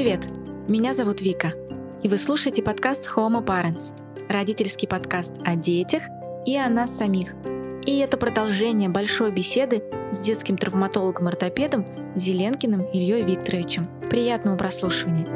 Привет! Меня зовут Вика, и вы слушаете подкаст Homo Parents, родительский подкаст о детях и о нас самих. И это продолжение большой беседы с детским травматологом-ортопедом Зеленкиным Ильей Викторовичем. Приятного прослушивания!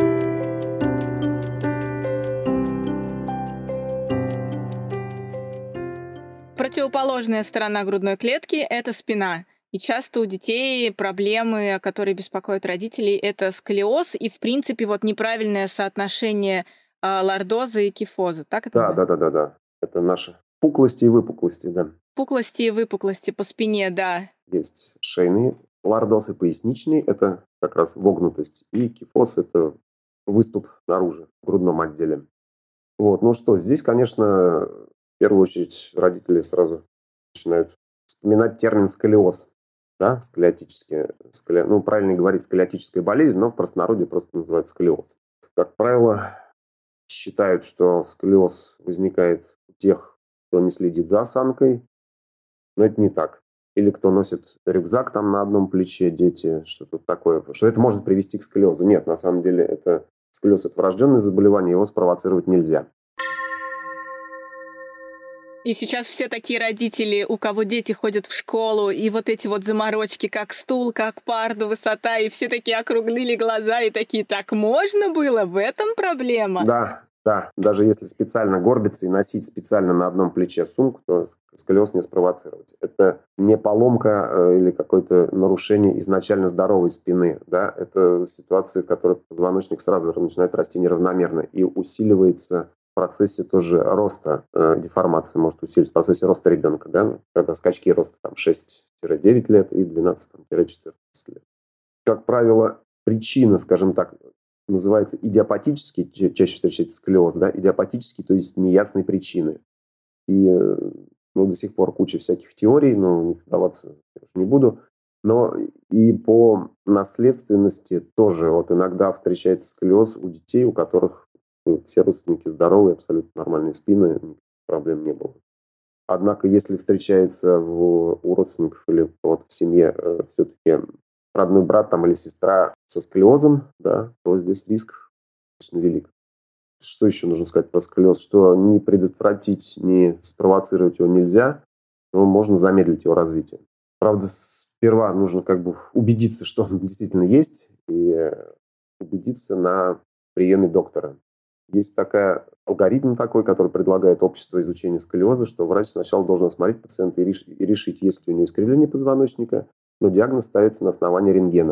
Противоположная сторона грудной клетки – это спина. И часто у детей проблемы, которые беспокоят родителей, это сколиоз и, в принципе, неправильное соотношение лордоза и кифоза. Так это называется? Да. Это наши пуклости и выпуклости, да. Пуклости и выпуклости по спине, да. Есть шейный лордоз и поясничный, это как раз вогнутость, и кифоз – это выступ наружу, в грудном отделе. Здесь, конечно, в первую очередь родители сразу начинают вспоминать термин сколиоз. Да, сколиотическая, правильно говорить сколиотическая болезнь, но в простонародье просто называют сколиоз. Как правило, считают, что сколиоз возникает у тех, кто не следит за осанкой, но это не так. Или кто носит рюкзак там на одном плече, дети, что-то такое, что это может привести к сколиозу. Нет, на самом деле сколиоз – это врожденное заболевание, его спровоцировать нельзя. И сейчас все такие родители, у кого дети ходят в школу, и эти заморочки, как стул, как парду, высота, и все такие округлили глаза и такие, так можно было? В этом проблема? Да. Даже если специально горбиться и носить специально на одном плече сумку, то сколиоз не спровоцировать. Это не поломка или какое-то нарушение изначально здоровой спины. Да? Это ситуация, в которой позвоночник сразу начинает расти неравномерно и усиливается в процессе тоже роста, деформация может усилиться в процессе роста ребенка, да? Когда скачки роста 6-9 лет и 12-14 лет. Как правило, причина, скажем так, называется идиопатический, чаще встречается сколиоз, да? Идиопатический, то есть неясной причины. И до сих пор куча всяких теорий, но в них вдаваться я уж не буду. Но и по наследственности тоже иногда встречается сколиоз у детей, у которых все родственники здоровые, абсолютно нормальные спины, проблем не было. Однако, если встречается у родственников или в семье все-таки родной брат или сестра со сколиозом, да, то здесь риск достаточно велик. Что еще нужно сказать про сколиоз? Что не предотвратить, не спровоцировать его нельзя, но можно замедлить его развитие. Правда, сперва нужно убедиться, что он действительно есть, и убедиться на приеме доктора. Есть алгоритм такой, который предлагает общество изучения сколиоза, что врач сначала должен осмотреть пациента и решить, есть ли у него искривление позвоночника, но диагноз ставится на основании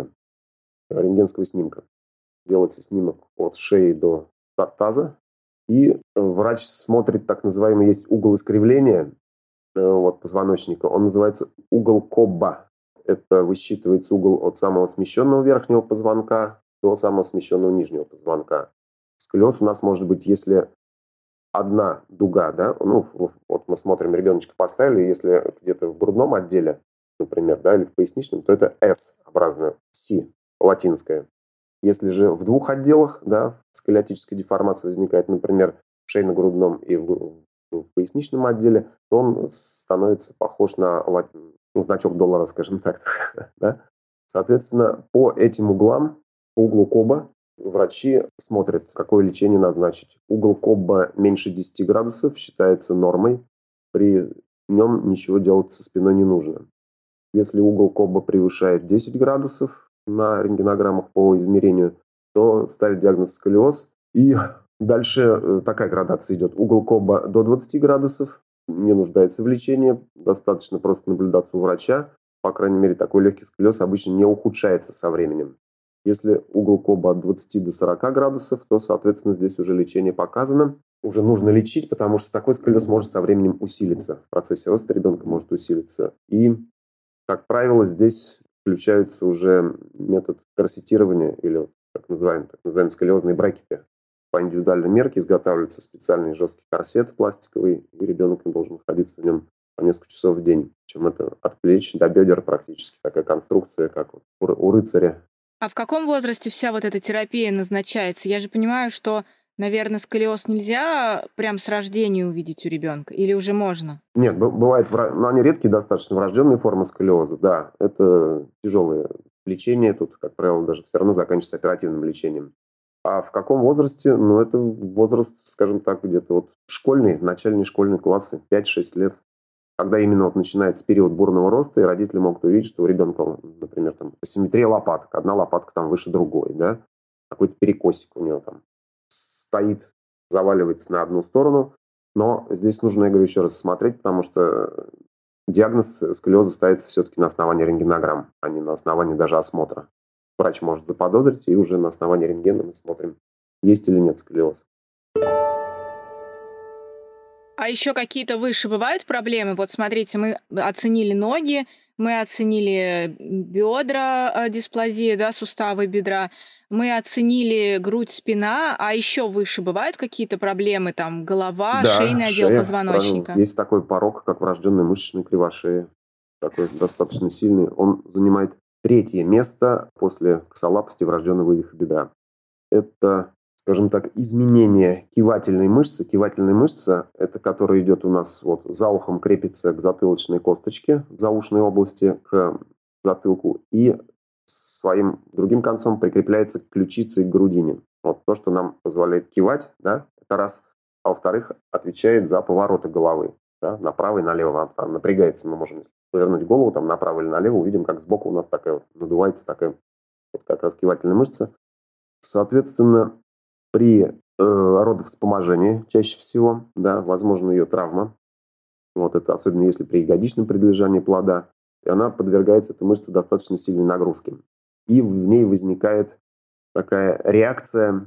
рентгенского снимка. Делается снимок от шеи до таза, и врач смотрит так называемый, есть угол искривления позвоночника, он называется угол Кобба. Это высчитывается угол от самого смещенного верхнего позвонка до самого смещенного нижнего позвонка. Сколиоз у нас может быть, если одна дуга, да, мы смотрим, ребеночка поставили, если где-то в грудном отделе, например, да, или в поясничном, то это S-образная, Си, латинская. Если же в двух отделах, да, сколиотическая деформация возникает, например, в шейно-грудном и в поясничном отделе, то он становится похож на значок доллара, скажем так. Да? Соответственно, по этим углам, по углу Коба, врачи смотрят, какое лечение назначить. Угол Кобба меньше 10 градусов считается нормой. При нем ничего делать со спиной не нужно. Если угол Кобба превышает 10 градусов на рентгенограммах по измерению, то ставят диагноз сколиоз. И дальше такая градация идет. Угол Кобба до 20 градусов не нуждается в лечении. Достаточно просто наблюдаться у врача. По крайней мере, такой легкий сколиоз обычно не ухудшается со временем. Если угол Кобба от 20 до 40 градусов, то, соответственно, здесь уже лечение показано. Уже нужно лечить, потому что такой сколиоз может со временем усилиться. В процессе роста ребенка может усилиться. И, как правило, здесь включаются уже метод корсетирования или так называемые сколиозные брекеты. По индивидуальной мерке изготавливается специальный жесткий корсет пластиковый, и ребенок не должен находиться в нем по несколько часов в день. Причем это от плеч до бедер практически такая конструкция, как у рыцаря. А в каком возрасте вся эта терапия назначается? Я же понимаю, что, наверное, сколиоз нельзя прям с рождения увидеть у ребенка, или уже можно? Нет, бывает, но они редкие достаточно, врожденные формы сколиоза, да, это тяжелые лечение тут, как правило, даже все равно заканчивается оперативным лечением. А в каком возрасте? Ну, это возраст, скажем так, где-то вот школьный, начальные школьные классы, 5-6 лет. Когда именно вот начинается период бурного роста, и родители могут увидеть, что у ребенка, например, там асимметрия лопаток, одна лопатка там выше другой, да, какой-то перекосик у него там стоит, заваливается на одну сторону. Но здесь нужно, я говорю, еще раз смотреть, потому что диагноз сколиоза ставится все-таки на основании рентгенограмм, а не на основании даже осмотра. Врач может заподозрить, и уже на основании рентгена мы смотрим, есть или нет сколиоз. А еще какие-то выше бывают проблемы? Вот смотрите, мы оценили ноги, мы оценили бедра, дисплазия, да, суставы бедра, мы оценили грудь, спина, а еще выше бывают какие-то проблемы, там, голова, Да, шейный отдел шея, правильно. позвоночника? Есть такой порог, как врожденная мышечная кривошея. Такой достаточно сильный. Он занимает третье место после косолапости врожденного вывиха бедра. Это, скажем так, изменение кивательной мышцы. Кивательная мышца, это которая идет у нас вот за ухом, крепится к затылочной косточке, в заушной области, к затылку, и своим другим концом прикрепляется к ключице и к грудине. Вот то, что нам позволяет кивать, да, это раз. А во-вторых, отвечает за повороты головы, да, направо и налево. Там напрягается, мы можем повернуть голову там направо или налево, увидим, как сбоку у нас такая вот надувается такая вот как раз кивательная мышца. Соответственно, при родовспоможении чаще всего, да, возможно ее травма. Вот это особенно если при ягодичном прилежании плода, и она подвергается, эта мышца, достаточно сильной нагрузке. И в ней возникает такая реакция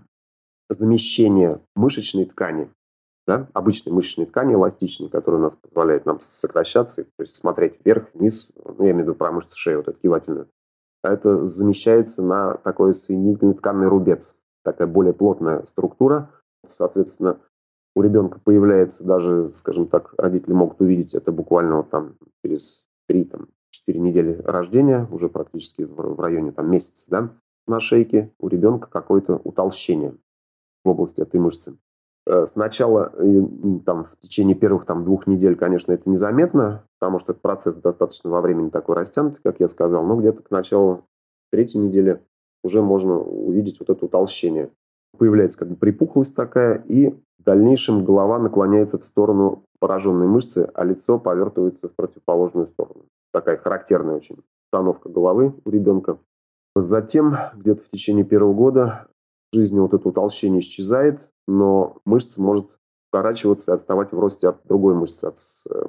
замещения мышечной ткани, да, обычной мышечной ткани, эластичной, которая у нас позволяет нам сокращаться, то есть смотреть вверх, вниз, ну, я имею в виду про мышцу шеи, вот эту кивательную. А это замещается на такой соединительный тканный рубец, такая более плотная структура. Соответственно, у ребенка появляется даже, скажем так, родители могут увидеть это буквально вот там через 3-4 недели рождения, уже практически в районе там месяца, да, на шейке у ребенка какое-то утолщение в области этой мышцы. Сначала там, в течение первых 2 недель, конечно, это незаметно, потому что этот процесс достаточно во времени такой растянутый, как я сказал, но где-то к началу 3-й недели уже можно увидеть вот это утолщение. Появляется как бы припухлость такая, и в дальнейшем голова наклоняется в сторону пораженной мышцы, а лицо повертывается в противоположную сторону. Такая характерная очень установка головы у ребенка. Затем, где-то в течение первого года жизни вот это утолщение исчезает, но мышца может укорачиваться и отставать в росте от другой мышцы, от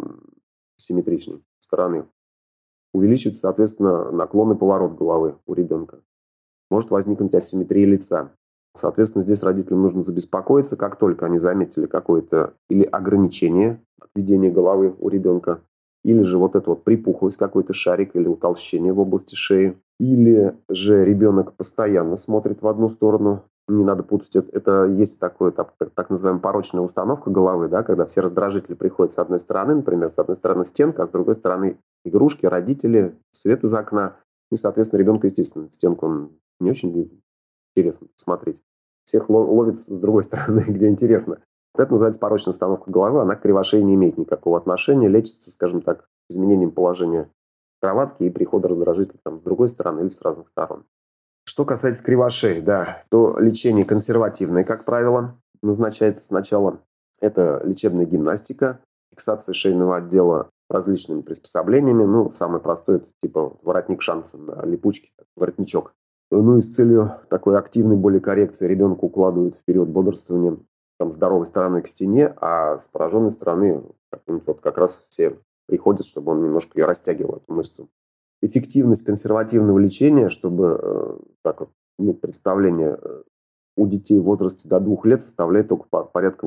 симметричной стороны. Увеличивается, соответственно, наклон и поворот головы у ребенка. Может возникнуть асимметрия лица. Соответственно, здесь родителям нужно забеспокоиться, как только они заметили какое-то или ограничение от ведения головы у ребенка, или же вот эта вот припухлость, какой-то шарик или утолщение в области шеи, или же ребенок постоянно смотрит в одну сторону. Не надо путать, это есть такое, так называемая порочная установка головы, да, когда все раздражители приходят с одной стороны, например, с одной стороны стенка, а с другой стороны игрушки, родители, свет из окна. И, соответственно, ребенку, естественно, в стенку он не очень интересно смотреть. Всех ловит с другой стороны, где интересно. Вот это называется порочная установка головы, она к кривошее не имеет никакого отношения, лечится, скажем так, изменением положения кроватки и прихода раздражителя там, с другой стороны или с разных сторон. Что касается кривошеи, да, то лечение консервативное, как правило, назначается сначала. Это лечебная гимнастика, фиксация шейного отдела различными приспособлениями. Ну, самое простое, это типа воротник шанса на липучке, воротничок. Ну и с целью такой активной более коррекции ребенка укладывают в период бодрствования там, здоровой стороной к стене, а с пораженной стороны вот как раз все приходят, чтобы он немножко ее растягивал, эту мышцу. Эффективность консервативного лечения, чтобы так вот иметь представление, у детей в возрасте до 2 лет составляет только порядка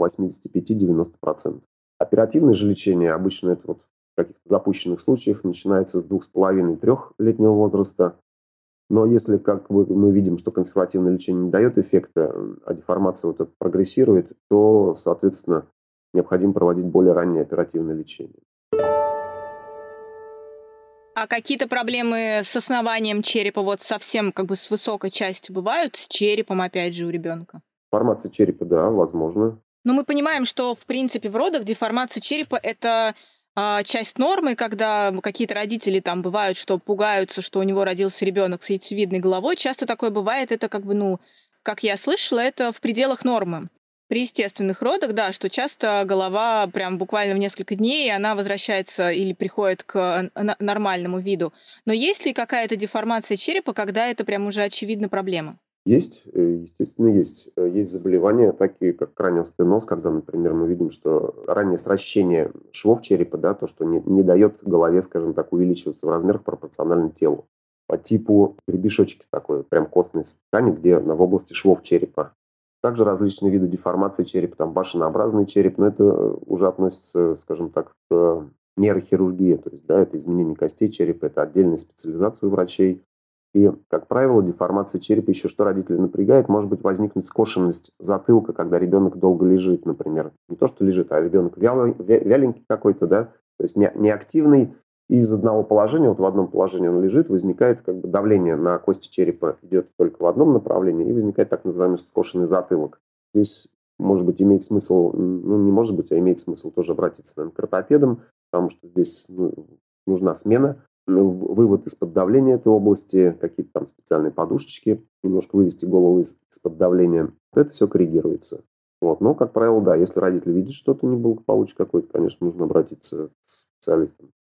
85-90%. Оперативное же лечение обычно это вот в каких-то запущенных случаях начинается с 2,5-3-летнего возраста. Но если, как мы видим, что консервативное лечение не дает эффекта, а деформация вот эта прогрессирует, то, соответственно, необходимо проводить более раннее оперативное лечение. А какие-то проблемы с основанием черепа, вот совсем как бы с высокой частью бывают, с черепом опять же у ребенка? Деформация черепа, да, возможно. Но мы понимаем, что в принципе в родах деформация черепа это часть нормы, когда какие-то родители там бывают, что пугаются, что у него родился ребенок с яйцевидной головой. Часто такое бывает, это как бы, ну, как я слышала, это в пределах нормы. При естественных родах, да, что часто голова прям буквально в несколько дней, и она возвращается или приходит к нормальному виду. Но есть ли какая-то деформация черепа, когда это прям уже очевидно проблема? Есть, естественно, есть. Есть заболевания, такие как краниостеноз, когда, например, мы видим, что раннее сращение швов черепа, да, то, что не дает голове, скажем так, увеличиваться в размерах пропорционально телу. По типу гребешочки такой, прям костной ткани, где в области швов черепа. Также различные виды деформации черепа, там башенообразный череп, но это уже относится, скажем так, к нейрохирургии, то есть, да, это изменение костей черепа, это отдельная специализация у врачей. И, как правило, деформация черепа еще что родителей напрягает, может быть возникнуть скошенность затылка, когда ребенок долго лежит, например. Не то, что лежит, а ребенок вяленький какой-то, да, то есть неактивный. Из одного положения, вот в одном положении он лежит, возникает как бы давление на кости черепа, идет только в одном направлении, и возникает так называемый скошенный затылок. Здесь, может быть, имеет смысл, ну, не может быть, а имеет смысл тоже обратиться, наверное, к ортопедам, потому что здесь нужна смена, вывод из-под давления этой области, какие-то там специальные подушечки, немножко вывести голову из-под давления. Это все коррегируется. Вот. Но, как правило, да, если родитель видит что-то неблагополучие какое-то, конечно, нужно обратиться к специалистам.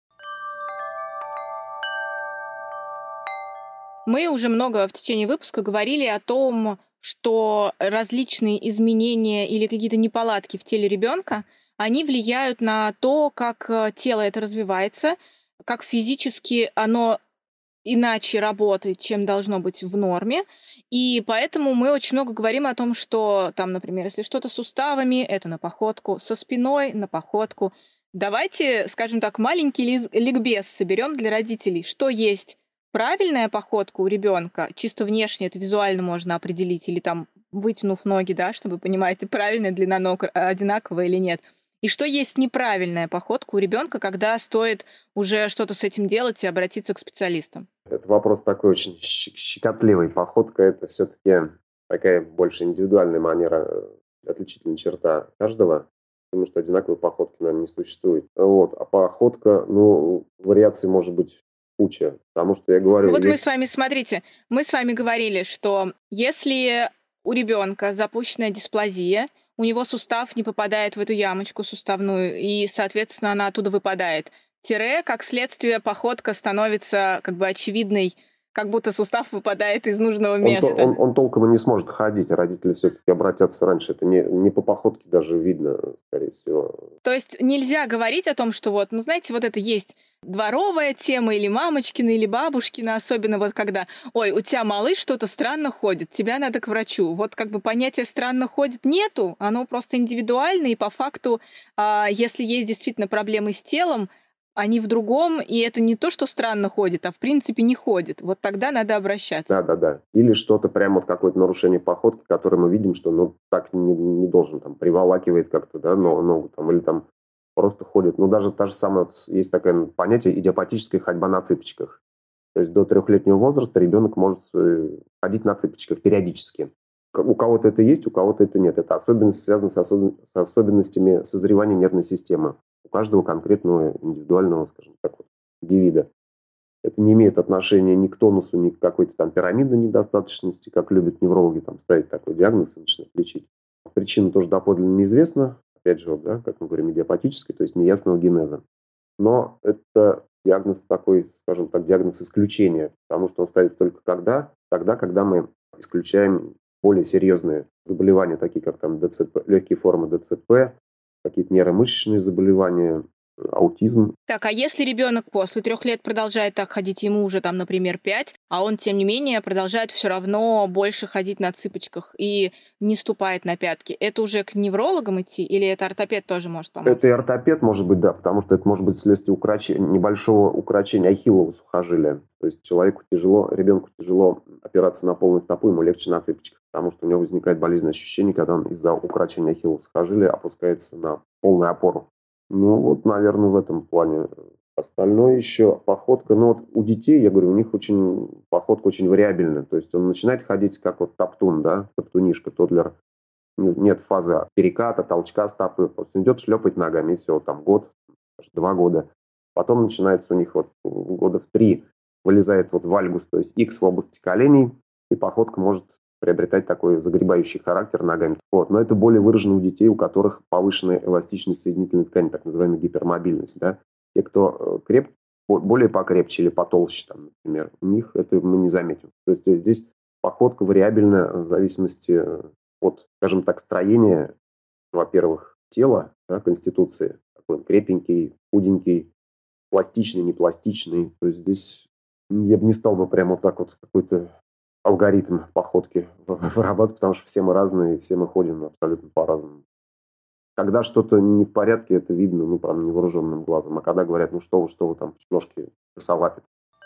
Мы уже много в течение выпуска говорили о том, что различные изменения или какие-то неполадки в теле ребенка, они влияют на то, как тело это развивается, как физически оно иначе работает, чем должно быть в норме. И поэтому мы очень много говорим о том, что там, например, если что-то с суставами, это на походку, со спиной на походку. Давайте, скажем так, маленький ликбез соберем для родителей, что есть правильная походка у ребенка, чисто внешне это визуально можно определить, или там вытянув ноги, да, чтобы понимать, правильная длина ног одинаковая или нет. И что есть неправильная походка у ребенка, когда стоит уже что-то с этим делать и обратиться к специалистам? Это вопрос такой очень щекотливый. Походка – это все-таки такая больше индивидуальная манера, отличительная черта каждого, потому что одинаковой походки, наверное, не существует. Вот. А походка, ну, вариаций может быть куча. Потому что я говорю, Вот мы есть... с вами, смотрите, мы с вами говорили, что если у ребенка запущенная дисплазия, у него сустав не попадает в эту ямочку суставную, и, соответственно, она оттуда выпадает. Тире, как следствие, походка становится как бы очевидной, как будто сустав выпадает из нужного места. Он толком и не сможет ходить, а родители все-таки обратятся раньше. Это не по походке даже видно, скорее всего. То есть нельзя говорить о том, что вот, ну, знаете, вот это есть дворовая тема или мамочкина, или бабушкина, особенно вот когда, ой, у тебя малыш что-то странно ходит, тебя надо к врачу. Вот как бы понятия «странно ходит» нету, оно просто индивидуально, и по факту, если есть действительно проблемы с телом, они в другом, и это не то, что странно ходит, а в принципе не ходит. Вот тогда надо обращаться. Да. Или что-то прям вот какое-то нарушение походки, которое мы видим, что ну так не должен, там, приволакивает как-то, да, ногу там, или там просто ходит. Ну, даже та же самая, есть такое понятие идиопатическая ходьба на цыпочках. То есть до 3-летнего возраста ребенок может ходить на цыпочках периодически. У кого-то это есть, у кого-то это нет. Это особенность связана с особенностями созревания нервной системы. У каждого конкретного индивидуального, скажем так, вот, индивида. Это не имеет отношения ни к тонусу, ни к какой-то там пирамидной недостаточности, как любят неврологи там ставить такой диагноз и начинать лечить. Причина тоже доподлинно неизвестна. Опять же, вот, да, как мы говорим, идиопатической, то есть неясного генеза. Но это диагноз такой, скажем так, диагноз исключения, потому что он ставится только тогда, когда мы исключаем более серьезные заболевания, такие как там ДЦП, легкие формы ДЦП, какие-то нейромышечные заболевания, аутизм. Так, а если ребенок после 3 лет продолжает так ходить, ему уже там, например, 5, а он, тем не менее, продолжает все равно больше ходить на цыпочках и не ступает на пятки, это уже к неврологам идти или это ортопед тоже может помочь? Это и ортопед может быть, да, потому что это может быть вследствие небольшого укорочения ахиллового сухожилия. То есть ребенку тяжело опираться на полную стопу, ему легче на цыпочках, потому что у него возникает болезненное ощущение, когда он из-за укорочения ахиллового сухожилия опускается на полную опору. Ну, вот, наверное, в этом плане. Остальное еще походка. Ну, вот у детей, я говорю, у них походка очень вариабельная. То есть он начинает ходить как вот топтун, да, топтунишка, тодлер. Нет фазы переката, толчка стопы. Просто идет шлепать ногами, и все, там год, даже 2 года. Потом начинается у них вот года в 3 вылезает вот вальгус, то есть X в области коленей, и походка может приобретать такой загребающий характер ногами. Вот. Но это более выражено у детей, у которых повышенная эластичность соединительной ткани, так называемая гипермобильность. Да? Те, кто более покрепче или потолще, там, например, у них это мы не заметим. То есть здесь походка вариабельна в зависимости от, скажем так, строения, во-первых, тела, да, конституции. Такой он крепенький, худенький, пластичный, непластичный. То есть здесь я бы не стал бы прямо вот так вот какой-то алгоритм походки вырабатывать, потому что все мы разные, и все мы ходим абсолютно по-разному. Когда что-то не в порядке, это видно, ну, прям невооруженным глазом. А когда говорят, ну что вы там, ножки косолапят.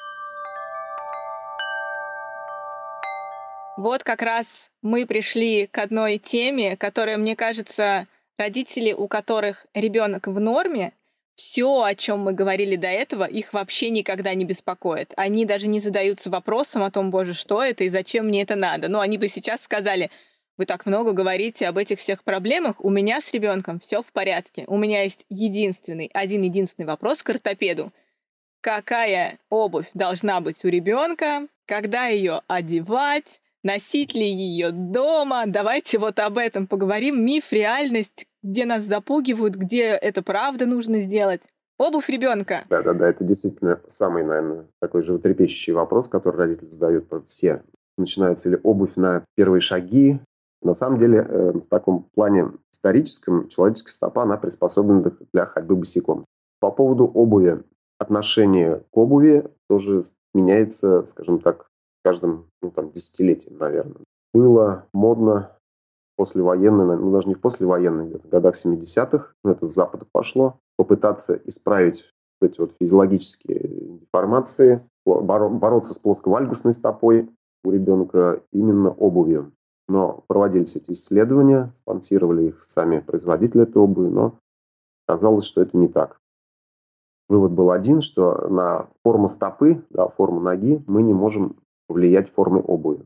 Вот как раз мы пришли к одной теме, которая, мне кажется, родители, у которых ребенок в норме, все, о чем мы говорили до этого, их вообще никогда не беспокоит. Они даже не задаются вопросом о том, боже, что это и зачем мне это надо. Ну, они бы сейчас сказали, вы так много говорите об этих всех проблемах, у меня с ребенком все в порядке. У меня есть один единственный вопрос к ортопеду. Какая обувь должна быть у ребенка, когда ее одевать, носить ли ее дома? Давайте вот об этом поговорим. Миф, реальность, где нас запугивают, где это правда нужно сделать. Обувь ребенка. Да, это действительно самый, наверное, такой животрепещущий вопрос, который родители задают все. Начинается ли обувь на первые шаги? На самом деле, в таком плане историческом, человеческая стопа, она приспособлена для ходьбы босиком. По поводу обуви, отношение к обуви тоже меняется, скажем так, каждым десятилетием, наверное. Было модно послевоенной, ну даже не в послевоенной, где-то в годах 70-х, это с Запада пошло, попытаться исправить вот эти вот физиологические деформации, бороться с плосковальгусной стопой у ребенка именно обувью. Но проводились эти исследования, спонсировали их сами производители этой обуви, но оказалось, что это не так. Вывод был один, что на форму стопы, да, форму ноги мы не можем повлиять формой обуви.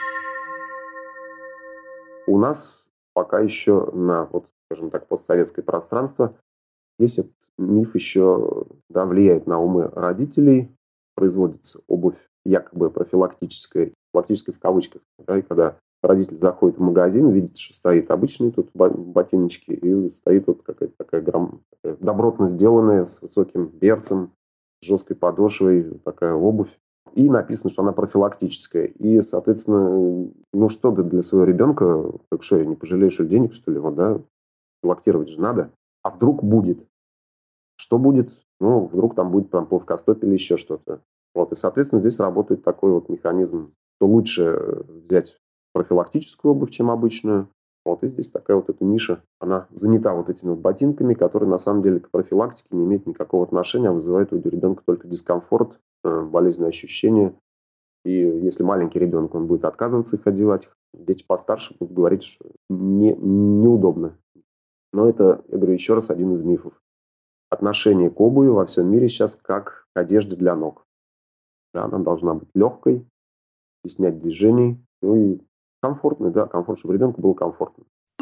У нас пока еще на, вот, скажем так, постсоветское пространство здесь этот миф еще влияет на умы родителей. Производится обувь якобы профилактическая в кавычках. Да, и когда родитель заходит в магазин, видит, что стоит обычные тут ботиночки, и стоит вот какая-то такая добротно сделанная, с высоким берцем, с жесткой подошвой, такая обувь. И написано, что она профилактическая. И, соответственно, ну что ты для своего ребенка, так что, не пожалеешь что денег, что ли, вот, да? Профилактировать же надо. А вдруг будет? Что будет? Ну, вдруг там будет прям плоскостопие или еще что-то. Вот, и, соответственно, здесь работает такой вот механизм, что лучше взять профилактическую обувь, чем обычную. Вот, и здесь такая вот эта ниша, она занята вот этими вот ботинками, которые на самом деле к профилактике не имеют никакого отношения, а вызывают у ребенка только дискомфорт, болезненные ощущения. И если маленький ребенок, он будет отказываться их одевать, дети постарше будут говорить, что неудобно. Но это, я говорю еще раз, один из мифов. Отношение к обуви во всем мире сейчас как к одежде для ног. Да, она должна быть легкой, стеснять движений, ну и комфортной, да, комфорт, чтобы ребенку было комфортно.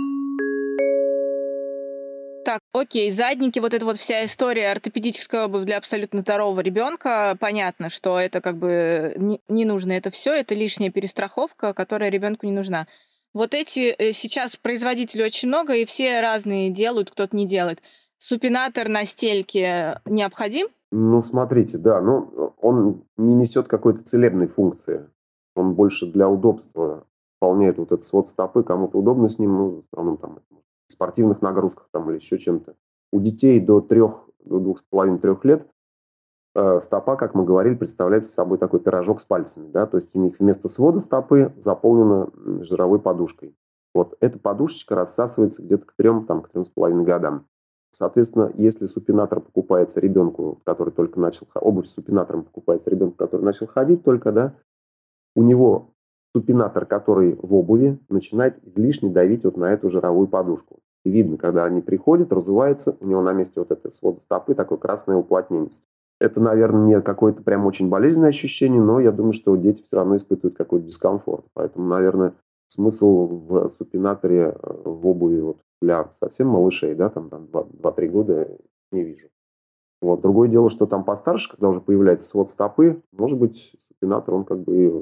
Так, окей, задники, вот эта вот вся история ортопедическая обувь для абсолютно здорового ребенка, понятно, что это как бы не нужно, это все, это лишняя перестраховка, которая ребенку не нужна. Вот эти сейчас производителей очень много, и все разные делают, кто-то не делает. Супинатор на стельке необходим? Ну, смотрите, да, он не несет какой-то целебной функции. Он больше для удобства выполняет вот этот свод стопы, кому-то удобно с ним, ну, в основном там в спортивных нагрузках там или еще чем-то. У детей до 2,5-3 лет стопа, как мы говорили, представляет собой такой пирожок с пальцами, да, то есть у них вместо свода стопы заполнена жировой подушкой. Вот эта подушечка рассасывается где-то к 3,5 годам. Соответственно, если супинатор покупается ребенку, который только начал, обувь с супинатором покупается ребенку, который начал ходить только, да, у него супинатор, который в обуви, начинает излишне давить вот на эту жировую подушку. И видно, когда они приходят, разувается, у него на месте вот этой свода стопы такое красное уплотнение. Это, наверное, не какое-то прям очень болезненное ощущение, но я думаю, что дети все равно испытывают какой-то дискомфорт. Поэтому, наверное, смысл в супинаторе в обуви вот для совсем малышей, да, там 2-3 года, не вижу. Вот. Другое дело, что там постарше, когда уже появляется свод стопы, может быть, супинатор, он как бы...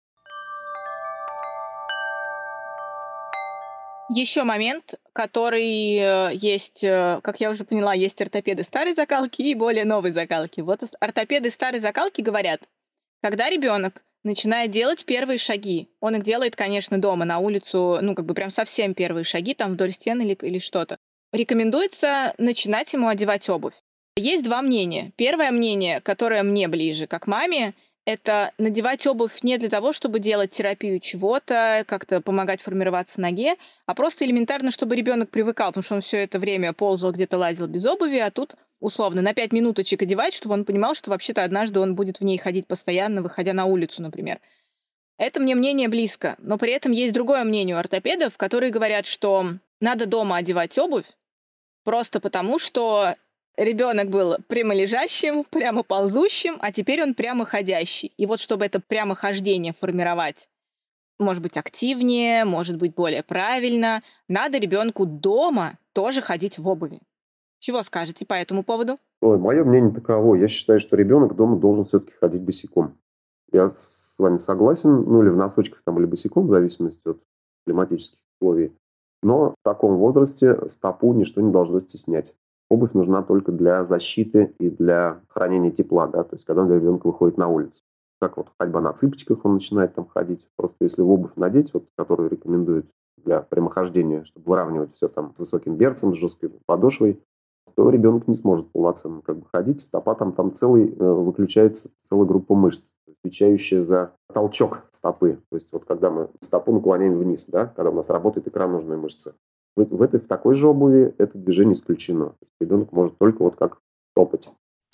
Еще момент, который есть, как я уже поняла, есть ортопеды старой закалки и более новой закалки. Вот ортопеды старой закалки говорят, когда ребенок начинает делать первые шаги, он их делает, конечно, дома, на улицу, ну, как бы прям совсем первые шаги, там вдоль стен или что-то, рекомендуется начинать ему одевать обувь. Есть два мнения. Первое мнение, которое мне ближе, как маме, это надевать обувь не для того, чтобы делать терапию чего-то, как-то помогать формироваться ноге, а просто элементарно, чтобы ребенок привыкал, потому что он все это время ползал, где-то лазил без обуви, а тут условно на 5 минуточек одевать, чтобы он понимал, что вообще-то однажды он будет в ней ходить постоянно, выходя на улицу, например. Это мне мнение близко, но при этом есть другое мнение у ортопедов, которые говорят, что надо дома одевать обувь просто потому, что ребенок был прямолежащим, прямоползущим, а теперь он прямоходящий. И вот чтобы это прямохождение формировать, может быть, активнее, может быть, более правильно, надо ребенку дома тоже ходить в обуви. Чего скажете по этому поводу? Ой, мое мнение таково. Я считаю, что ребенок дома должен все-таки ходить босиком. Я с вами согласен, ну или в носочках там, или босиком, в зависимости от климатических условий. Но в таком возрасте стопу ничто не должно стеснять. Обувь нужна только для защиты и для хранения тепла, да, то есть когда ребенок выходит на улицу. Как вот ходьба на цыпочках, он начинает там ходить. Просто если в обувь надеть, вот, которую рекомендуют для прямохождения, чтобы выравнивать все там с высоким берцем, с жесткой подошвой, то ребенок не сможет полноценно как бы ходить. Стопа там выключается целая группа мышц, отвечающая за толчок стопы. То есть вот когда мы стопу наклоняем вниз, да, когда у нас работает икроножная мышца. В такой же обуви это движение исключено. Ребенок может только вот как топать.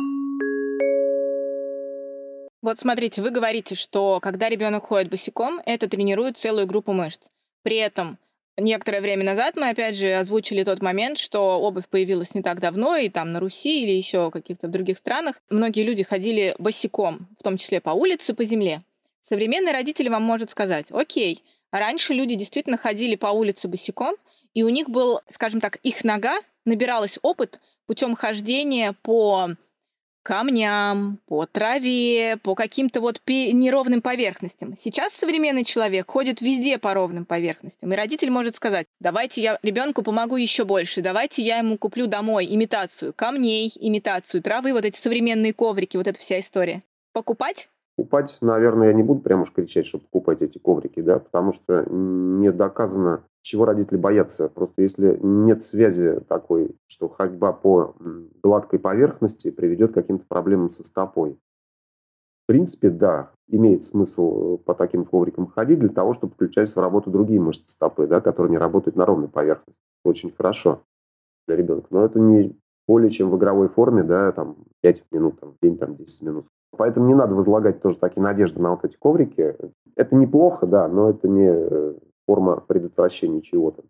Вот смотрите, вы говорите, что когда ребенок ходит босиком, это тренирует целую группу мышц. При этом некоторое время назад мы опять же озвучили тот момент, что обувь появилась не так давно, и там на Руси или еще в каких-то других странах многие люди ходили босиком, в том числе по улице, по земле. Современный родитель вам может сказать: окей, раньше люди действительно ходили по улице босиком, и у них был, скажем так, их нога набиралась опыт путем хождения по камням, по траве, по каким-то вот неровным поверхностям. Сейчас современный человек ходит везде по ровным поверхностям, и родитель может сказать: давайте я ребенку помогу еще больше, давайте я ему куплю домой имитацию камней, имитацию травы, вот эти современные коврики, вот эта вся история. Покупать? Покупать, наверное, я не буду прямо уж кричать, что покупать эти коврики, да, потому что не доказано, чего родители боятся. Просто если нет связи такой, что ходьба по гладкой поверхности приведет к каким-то проблемам со стопой. В принципе, да, имеет смысл по таким коврикам ходить для того, чтобы включались в работу другие мышцы стопы, да, которые не работают на ровной поверхности. Очень хорошо для ребенка. Но это не более чем в игровой форме, да, там 5 минут там, в день, там 10 минут. Поэтому не надо возлагать тоже такие надежды на вот эти коврики. Это неплохо, да, но это не форма предотвращения чего-то.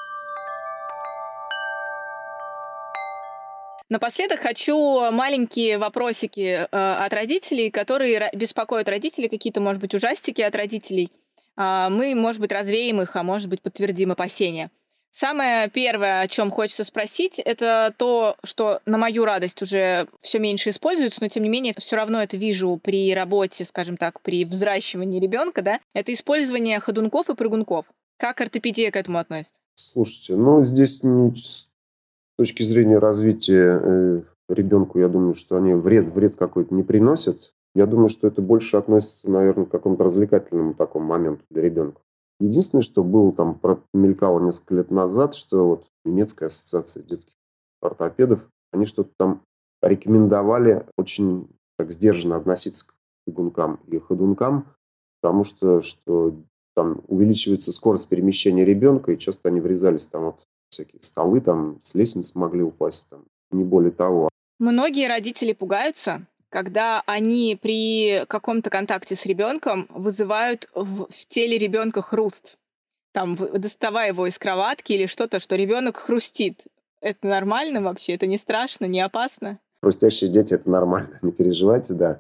Напоследок хочу маленькие вопросики от родителей, которые беспокоят родителей, какие-то, может быть, ужастики от родителей. Мы, может быть, развеем их, а может быть, подтвердим опасения. Самое первое, о чем хочется спросить, это то, что на мою радость уже все меньше используется, но тем не менее все равно это вижу при работе, скажем так, при взращивании ребенка, да, это использование ходунков и прыгунков. Как ортопедия к этому относится? Слушайте, ну здесь с точки зрения развития ребенку, я думаю, что они вред какой-то не приносят. Я думаю, что это больше относится, наверное, к какому-то развлекательному такому моменту для ребенка. Единственное, что было там, промелькало несколько лет назад, что вот немецкая ассоциация детских ортопедов, они что-то там рекомендовали очень так сдержанно относиться к бегункам и ходункам, потому что там увеличивается скорость перемещения ребенка, и часто они врезались там вот всякие столы, там с лестниц могли упасть, там, не более того. Многие родители пугаются, когда они при каком-то контакте с ребенком вызывают в теле ребенка хруст, там доставая его из кроватки или что-то, что ребенок хрустит. Это нормально вообще? Это не страшно, не опасно? Хрустящие дети – это нормально, не переживайте, да.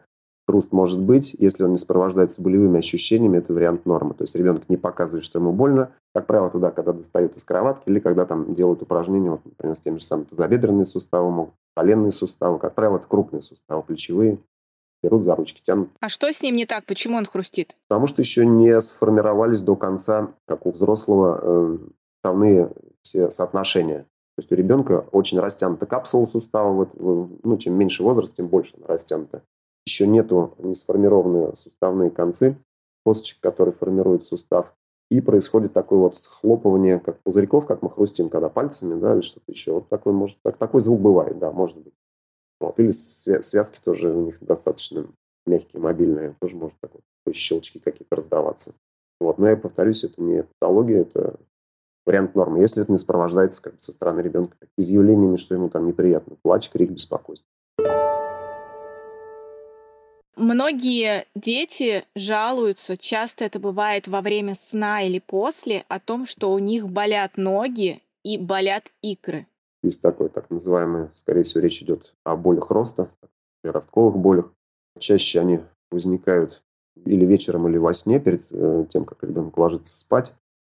хруст может быть, если он не сопровождается болевыми ощущениями, это вариант нормы. То есть ребенок не показывает, что ему больно. Как правило, тогда, когда достают из кроватки или когда там делают упражнения, вот, например, с теми же самыми тазобедренные суставы, могут, коленные суставы. Как правило, это крупные суставы, плечевые. Берут за ручки, тянут. А что с ним не так? Почему он хрустит? Потому что еще не сформировались до конца, как у взрослого, суставные все соотношения. То есть у ребенка очень растянута капсула сустава. Вот, чем меньше возраст, тем больше она растянута. Еще не сформированы суставные концы, косточек, которые формируют сустав. И происходит такое вот хлопывание, как пузырьков, как мы хрустим, когда пальцами, да, или что-то еще. Вот такой звук бывает, да, может быть. Вот. Или связки тоже у них достаточно мягкие, мобильные. Тоже может такой щелчки какие-то раздаваться. Вот. Но я повторюсь, это не патология, это вариант нормы. Если это не сопровождается как бы со стороны ребенка изъявлениями, что ему там неприятно. Плач, крик, беспокойство. Многие дети жалуются, часто это бывает во время сна или после, о том, что у них болят ноги и болят икры. Есть такое так называемое, скорее всего, речь идет о болях роста, о ростковых болях. Чаще они возникают или вечером, или во сне, перед тем, как ребенок ложится спать.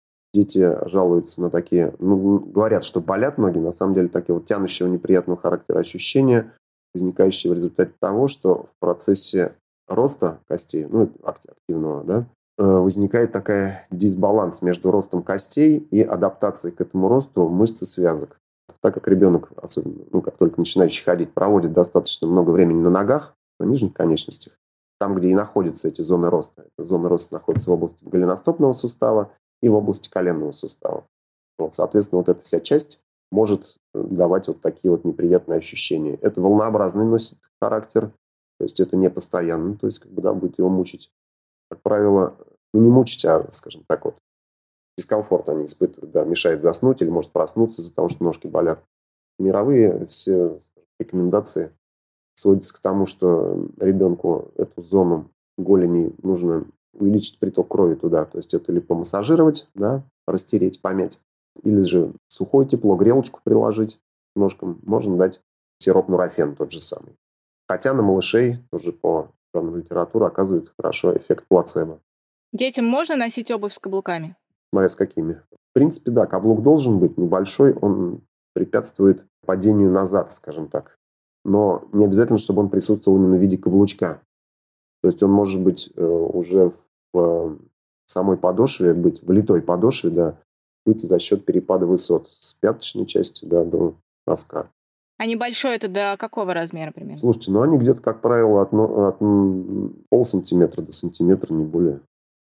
Дети жалуются на такие, говорят, что болят ноги, на самом деле такие вот тянущего неприятного характера ощущения, возникающие в результате того, что в процессе роста костей, активного, да, возникает такая дисбаланс между ростом костей и адаптацией к этому росту мышц и связок. Так как ребенок, особенно, как только начинающий ходить, проводит достаточно много времени на ногах, на нижних конечностях, там, где и находятся эти зоны роста. Зоны роста находятся в области голеностопного сустава и в области коленного сустава. Вот, соответственно, вот эта вся часть может давать вот такие вот неприятные ощущения. Это волнообразный носит характер, то есть это не постоянно, то есть будет его мучить. Как правило, не мучить, а, скажем так, вот дискомфорт они испытывают, да, мешает заснуть или может проснуться из-за того, что ножки болят. Мировые все рекомендации сводятся к тому, что ребенку эту зону голени нужно увеличить приток крови туда, то есть это или помассажировать, да, растереть, помять, или же сухое тепло, грелочку приложить к ножкам. Можно дать сироп нурофен тот же самый. Хотя на малышей тоже по данным литературы оказывает хорошо эффект плацебо. Детям можно носить обувь с каблуками? Смотря с какими. В принципе, да, каблук должен быть небольшой, он препятствует падению назад, скажем так. Но не обязательно, чтобы он присутствовал именно в виде каблучка. То есть он может быть уже в самой подошве, быть в литой подошве, да, быть за счет перепада высот с пяточной части, да, до носка. А небольшой это до какого размера примерно? Слушайте, они где-то, как правило, от полсантиметра до сантиметра, не более.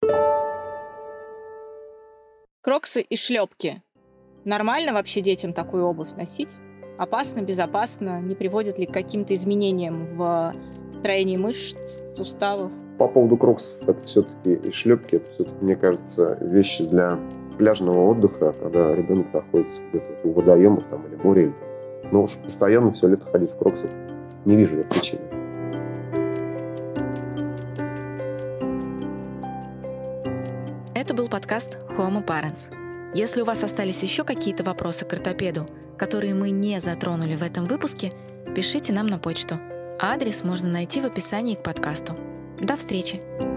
Кроксы и шлепки. Нормально вообще детям такую обувь носить? Опасно, безопасно? Не приводит ли к каким-то изменениям в строении мышц, суставов? По поводу кроксов, это все-таки и шлепки, это все-таки, мне кажется, вещи для пляжного отдыха, когда ребенок находится где-то у водоемов там, или моря. Или, там. Но уж постоянно все лето ходить в кроксах не вижу я причины. Это был подкаст Homo Parents. Если у вас остались еще какие-то вопросы к ортопеду, которые мы не затронули в этом выпуске, пишите нам на почту. Адрес можно найти в описании к подкасту. До встречи!